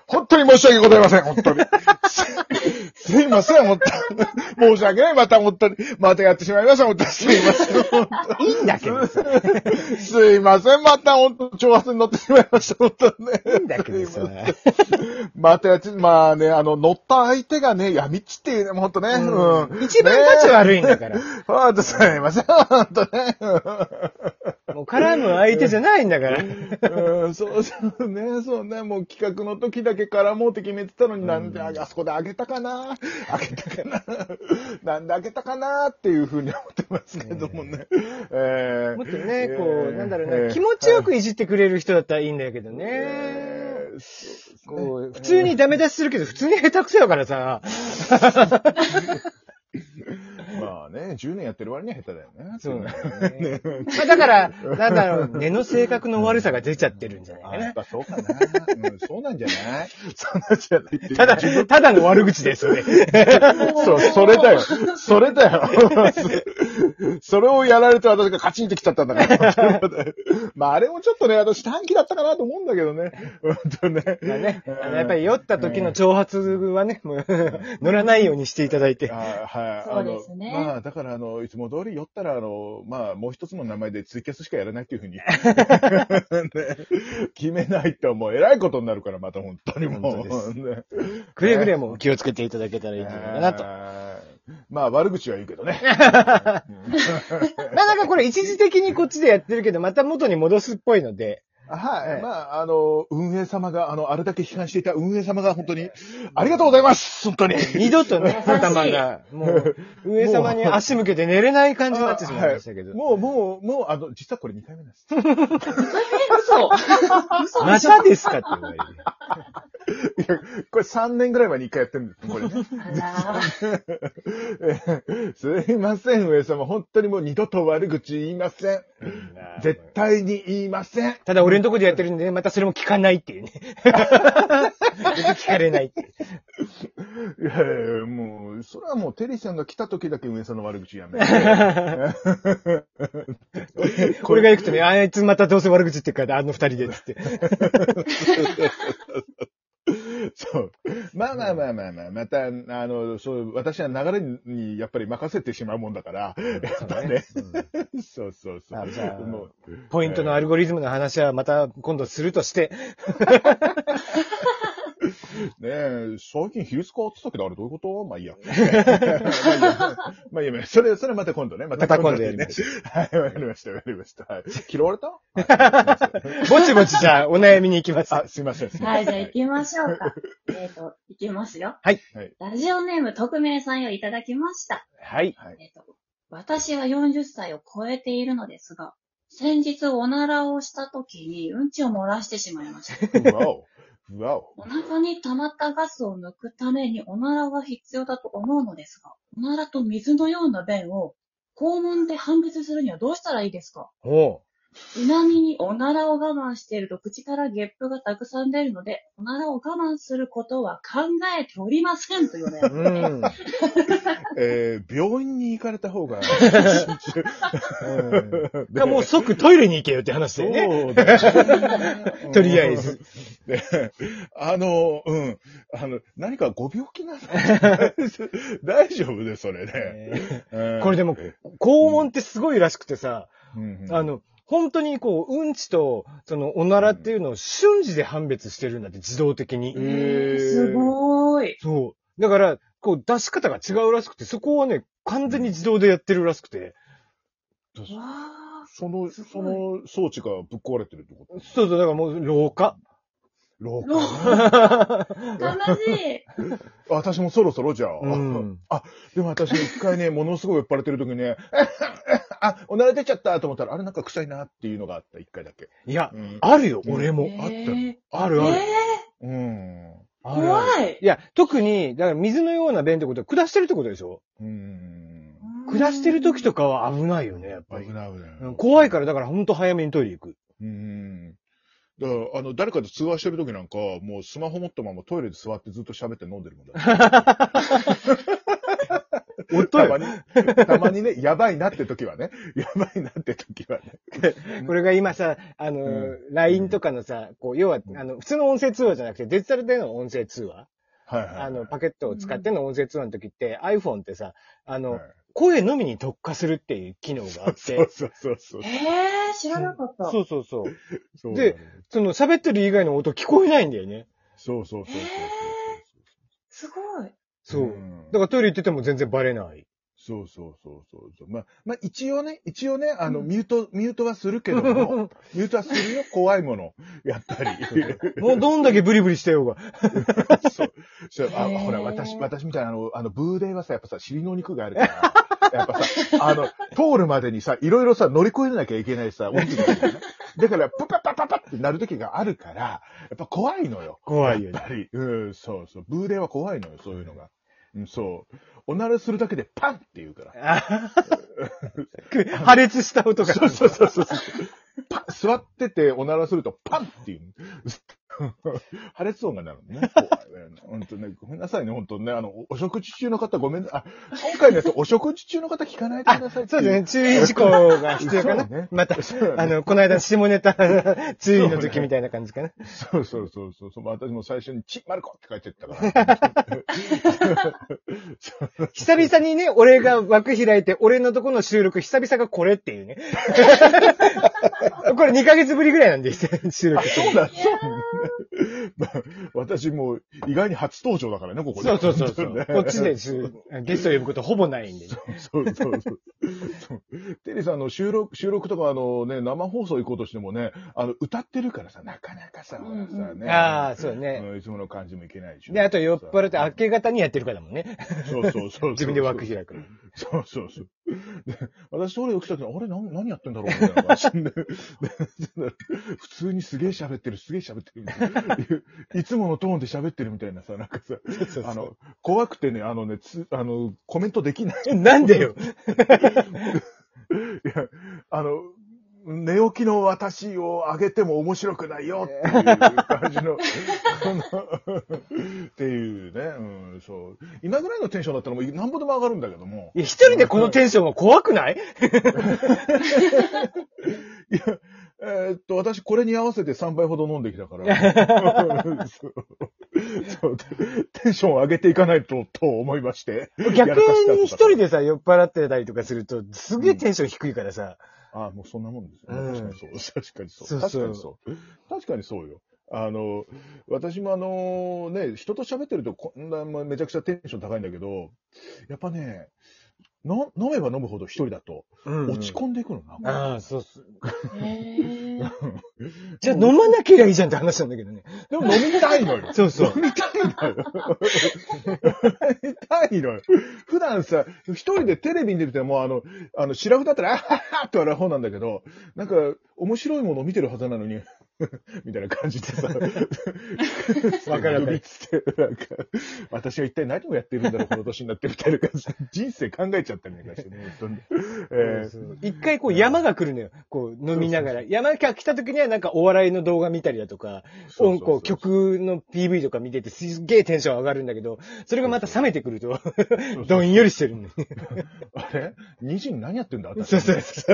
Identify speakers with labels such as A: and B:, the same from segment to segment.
A: 本当に申し訳ございません、本当に。すいません、本当に。申し訳ない、また本当に。またやってしまいました、本当に。すいません、本当に。
B: いいんだけどさ。
A: すいません、また本当、挑発に乗ってしまいました、本当にね。
B: いいんだけどさ。
A: またまあね、乗った相手がね、闇っちっていうね、もう本当ね。うん。
B: 一番立ち悪いんだから。
A: ほんとすいません、本当ね。
B: もう絡む相手じゃないんだから。
A: そうね、そうね、もう企画の時だけ絡もうって決めてたのになんで、あそこであげたかななんであげたかなっていうふうに思ってますけどもね。
B: もっとね、なんだろうな、気持ちよくいじってくれる人だったらいいんだけどね。普通にダメ出しするけど、普通に下手くそやからさ。
A: まあね、10年やってる割には下手だよね。
B: そうだね。まあだから、なんだろう、根の性格の悪さが出ちゃってるんじゃないかな。
A: やっぱそうかな。そうなんじゃないそうなんじゃない
B: ただの悪口ですよね。
A: そう、それだよ。それだよ。それをやられて私がカチンときちゃったんだから。まああれもちょっとね、下半期だったかなと思うんだけどね。本当ね。
B: まあね、やっぱり酔った時の挑発はね、もう乗らないようにしていただいて。
A: はい。
C: そうですね。
A: まあ、だから、いつも通り酔ったら、まあ、もう一つの名前でツイキャスしかやらないっていうふうに、ね、決めないともう偉いことになるから、また本当にもう。ね、
B: くれぐれも気をつけていただけたらいいんじゃないかなと。
A: まあ、悪口は言うけどね。
B: なんかこれ一時的にこっちでやってるけど、また元に戻すっぽいので。
A: はい。まあ、運営様が、あれだけ批判していた運営様が本当に、ありがとうございます本当に。
B: 二度とね、頭が、もう、運営様に足向けて寝れない感じになってしまいましたけど。
A: もう、実はこれ2回目です。
C: 嘘
B: またですかって言われる。
A: いや、これ3年ぐらい前に1回やってるんです、これね。すいません、上様。本当にもう二度と悪口言いません。絶対に言いません。
B: ただ俺のとこでやってるんで、またそれも聞かないっていうね。聞かれないっていう。
A: いや、もう、それはもうテリーさんが来た時だけ上さんの悪口やめて。
B: これが行くとね、あいつまたどうせ悪口言ってるから、あの二人でっつって。
A: そう。まあ、また、そう、私は流れにやっぱり任せてしまうもんだから、やっぱね。そう。
B: じゃあ、ポイントのアルゴリズムの話はまた今度するとして。
A: ねえ、最近比率変わってたけど、あれどういうことまあいいや。まあいいや。それまた今度ね。
B: また今度やりましょう。
A: はい、わかりました。はい。嫌われた
B: ぼちぼちじゃあ、お悩みに行きます。
A: すいません。
C: はい、じゃあ行きましょうか。行きますよ。
B: はい。
C: ラジオネーム匿名さんよりいただきました。
B: はい。
C: 私は40歳を超えているのですが、先日おならをした時にうんちを漏らしてしまいました。お腹に溜まったガスを抜くためにおならが必要だと思うのですが、おならと水のような便を肛門で判別するにはどうしたらいいですか？ちなみにおならを我慢していると口からゲップがたくさん出るので、おならを我慢することは考えておりませんというね。
A: 病院に行かれた方が、
B: もう即トイレに行けよって話だよね。そうだね。とりあえず。
A: 何かご病気なの大丈夫で、それね。
B: これでも、肛門ってすごいらしくてさ、本当にうんちと、おならっていうのを瞬時で判別してるんだって、自動的に。
C: すごーい。
B: そう。だから、出し方が違うらしくて、そこはね、完全に自動でやってるらしくて。
A: その装置がぶっ壊れてるってこと？
B: そう、だからもう、老化。
C: 悲しい。
A: 私もそろそろじゃあ。でも私一回ね、ものすごい酔っ払ってる時にね、おなら出ちゃったと思ったら、あれなんか臭いなっていうのがあった、一回だけ。
B: いや、あるよ、俺も。
A: あった
B: ある。
C: 怖い。
B: いや、特に、だから水のような便ってことは、下してるってことでしょ？下してる時とかは危ないよね、やっぱり。
A: 危ない。
B: 怖いから、だからほんと早めにトイレ行く。
A: だから誰かと通話してる時なんか、もうスマホ持ったままトイレで座ってずっと喋って飲んでるもんだ。
B: 音よ。
A: たまにね、やばいなって時はね。やばいなって時はね。
B: これが今さ、LINE とかのさ、こう、要は、普通の音声通話じゃなくて、デジタルでの音声通話。
A: はいはい。
B: パケットを使っての音声通話の時って、iPhone ってさ、声のみに特化するっていう機能があって。
A: そう。
C: 知らなかった。
B: そう。で、喋ってる以外の音聞こえないんだよね。
A: そう。
C: すごい。
B: そう。だからトイレ行ってても全然バレない。
A: そう。まあ、一応ね、ミュートはするけども、ミュートはするよ、怖いもの。やっぱり。
B: もうどんだけブリブリしてようが。
A: ほら、私みたいなブーデーはさ、やっぱさ、尻の肉があるから、やっぱさ、通るまでにさ、いろいろさ、乗り越えなきゃいけないさ、音痴だからね。だから、パパってなる時があるから、やっぱ怖いのよ。
B: 怖いよ
A: ね。やっぱり。そう。ブーデーは怖いのよ、そういうのが。そう。おならするだけでパンって言うから。
B: 破裂した音が。
A: そう。座ってておならするとパンって言う。破裂音がなるのね。本当ね、ごめんなさいね、本当ね。お食事中の方ごめんなさい。今回のやつ、お食事中の方聞かないでください。
B: そうですね、注意事項が必要かな。ね、また、この間、下ネタ注意の時みたいな感じかな。
A: そう。私も最初に、マルコって書いてったから。
B: 久々にね、俺が枠開いて、俺のとこの収録、久々がこれっていうね。これ2ヶ月ぶりぐらいなんです、収録。
A: そうだ。私も意外に初登場だからね、ここで。
B: そう。こっちでゲスト呼ぶことほぼないんで。
A: そう。テリーさん収録とか生放送行こうとしてもね、歌ってるからさ、なかなかさ、ね。
B: ああ、そうね。
A: いつもの感じもいけないでしょ。
B: で、あと酔っ払って明け方にやってるからだもんね。
A: そう。
B: 自分で枠開く。
A: そう。私、それ起きた時に、あれ何やってんだろうみたいな感じで。普通にすげえ喋ってるみたいな。いつものトーンで喋ってるみたいなさ、なんかさ、怖くてね、コメントできない。
B: なんでよ。
A: いや、寝起きの私を上げても面白くないよっていう感じの、っていうね、そう。今ぐらいのテンションだったらもうなんぼでも上がるんだけども。
B: いや、一人でこのテンションは怖くない？
A: いや、私これに合わせて3杯ほど飲んできたから。そうテンションを上げていかないと思いまして。
B: 逆に一人でさ、酔っ払ってたりとかすると、すげえテンション低いからさ。
A: ああ、もうそんなもんですよ、ね。確かにそう。確かにそう。確かにそうよ。私も人と喋ってるとこんなめちゃくちゃテンション高いんだけど、やっぱね、飲めば飲むほど一人だと、落ち込んでいくのな。
B: ああ、そうっす。じゃあ飲まなけりゃいいじゃんって話なんだけどね。
A: でも飲みたいのよ。
B: そう。
A: 飲みたいのよ。飲みたいのよ。普段さ、一人でテレビに出てても、シラフだったら、あははって笑う方なんだけど、なんか、面白いものを見てるはずなのに、みたいな感じでさ、
B: わかる。
A: なんか、私は一体何をやってるんだろう、この年になってみたいな感じで、人生考えちゃったりなんかしてね、
B: 一回こう山が来るのよ。こう飲みながら。山が来た時にはなんかお笑いの動画見たりだとか、曲の PV とか見ててすっげえテンション上がるんだけど、それがまた冷めてくると、どんよりしてるんだよ。
A: あれ ?2 時に何やってんだ
B: そう。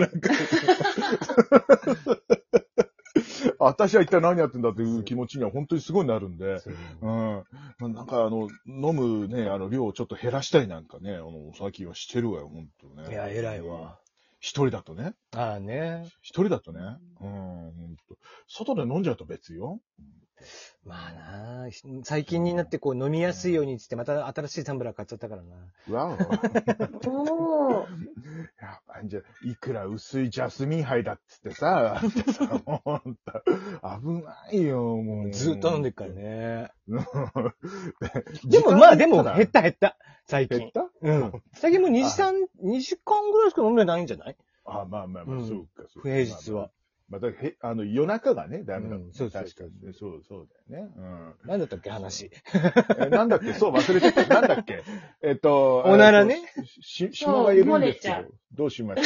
A: 私は一体何やってんだっていう気持ちには本当にすごいなるんで、なんか飲むね、量をちょっと減らしたいなんかね、最近はしてるわよ、本当ね。
B: いや、偉いわ。
A: 一人だとね。
B: ああね。
A: 一人だとね。外で飲んじゃうと別よ。
B: まあなあ、最近になってこう飲みやすいようにつってまた新しいタンブラー買っちゃったからな。
A: わお。やっぱりじゃいくら薄いジャスミン杯だっつってさ、ほんと危ないよ、もう。
B: ずっと飲んでっからね。でも減った。最近。
A: 減った？
B: 最近もう2時間ぐらいしか飲んでないんじゃない？
A: まあ、そうか。
B: 平日は。
A: また夜中がね、ダメだもん。
B: そう。
A: 確かに。そうだよね。
B: なんだったっけ、話。
A: なんだっけ、そう、忘れてた。なんだっけ。
B: おならね。
A: 島がいるんですよ。どうしましょ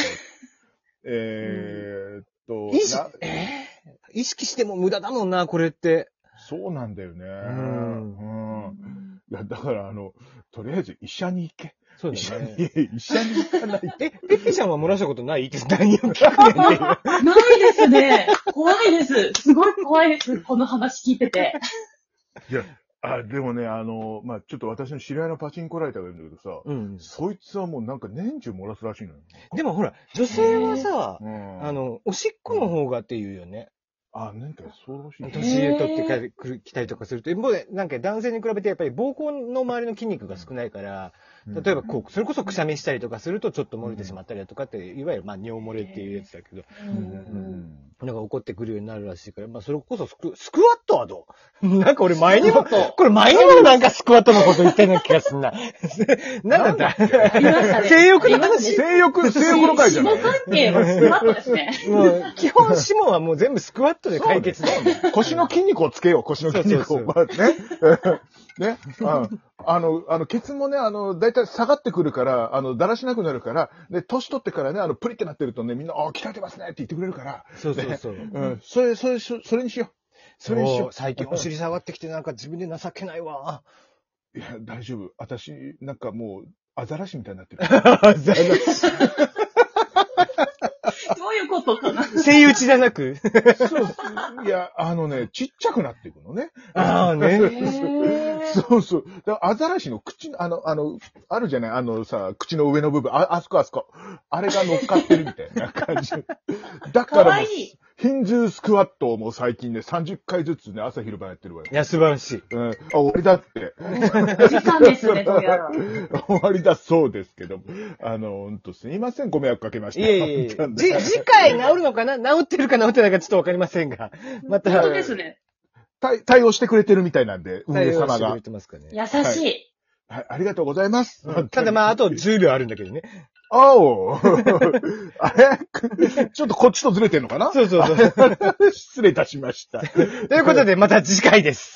A: う。
B: 意識しても無駄だもんな、これって。
A: そうなんだよね。だから、とりあえず医者に行け。
B: そうだね。
A: 医者に行かない。
B: ペッピちゃんは漏らしたことないって何を聞くねんっていう。
C: ないですね。怖いです。すごい怖いです。この話聞いてて。
A: いや、でもね、まあ、ちょっと私の知り合いのパチンコライターがいるんだけどさ、そいつはもうなんか年中漏らすらしいのよ。
B: でもほら、女性はさ、おしっこの方がっていうよね。
A: なんかそうらしいね。
B: 年取ってきたりとかすると、なんか男性に比べてやっぱり膀胱の周りの筋肉が少ないから、例えばそれこそくしゃみしたりとかするとちょっと漏れてしまったりだとかって、いわゆるまあ尿漏れっていうやつだけど、なんか起こってくるようになるらしいから、まあそれこそスクワットはどうなんか俺前にもなんかスクワットのこと言ったような気がすんな。なんだった性欲の話
A: 性欲の回じゃない
C: 下関係はスクワットですね。
B: もう、基本下はもう全部スクワットで解決だよね。
A: 腰の筋肉をつけよう、腰の筋肉を。ね。ケツもね、だいたい下がってくるから、だらしなくなるから、で、年取ってからね、プリってなってるとね、みんな、鍛えてますねって言ってくれるから。
B: そう。
A: それにしよう。それにしよう。
B: 最近お尻下がってきてなんか自分で情けないわ。
A: いや、大丈夫。私、なんかもう、アザラシみたいになってる。
B: アザラシ。
C: どういうことかな
B: セイウチじゃなく
A: そう。いや、ちっちゃくなっていくのね。そう。だからアザラシの口、あるじゃない口の上の部分。あそこ。あれが乗っかってるみたいな感じ。だからもう、ヒンズースクワットをもう最近ね、30回ずつね、朝昼晩やってるわよ。
B: いや、素晴らしい。
A: 終わりだって。
C: 時間ですね、どうやら。
A: 終わりだそうですけど。すいません、ご迷惑かけました。
B: いえ。次回治るのかな治ってるか治ってないかちょっとわかりませんが。また。
C: そうですね。
A: 対応してくれてるみたいなんで、
B: 運営様が。
C: 優しい。
A: はい、ありがとうございます。
B: ただまあ、あと10秒あるんだけどね。
A: あれちょっとこっちとずれてんのかな
B: そう。
A: 失礼いたしました。
B: ということで、また次回です。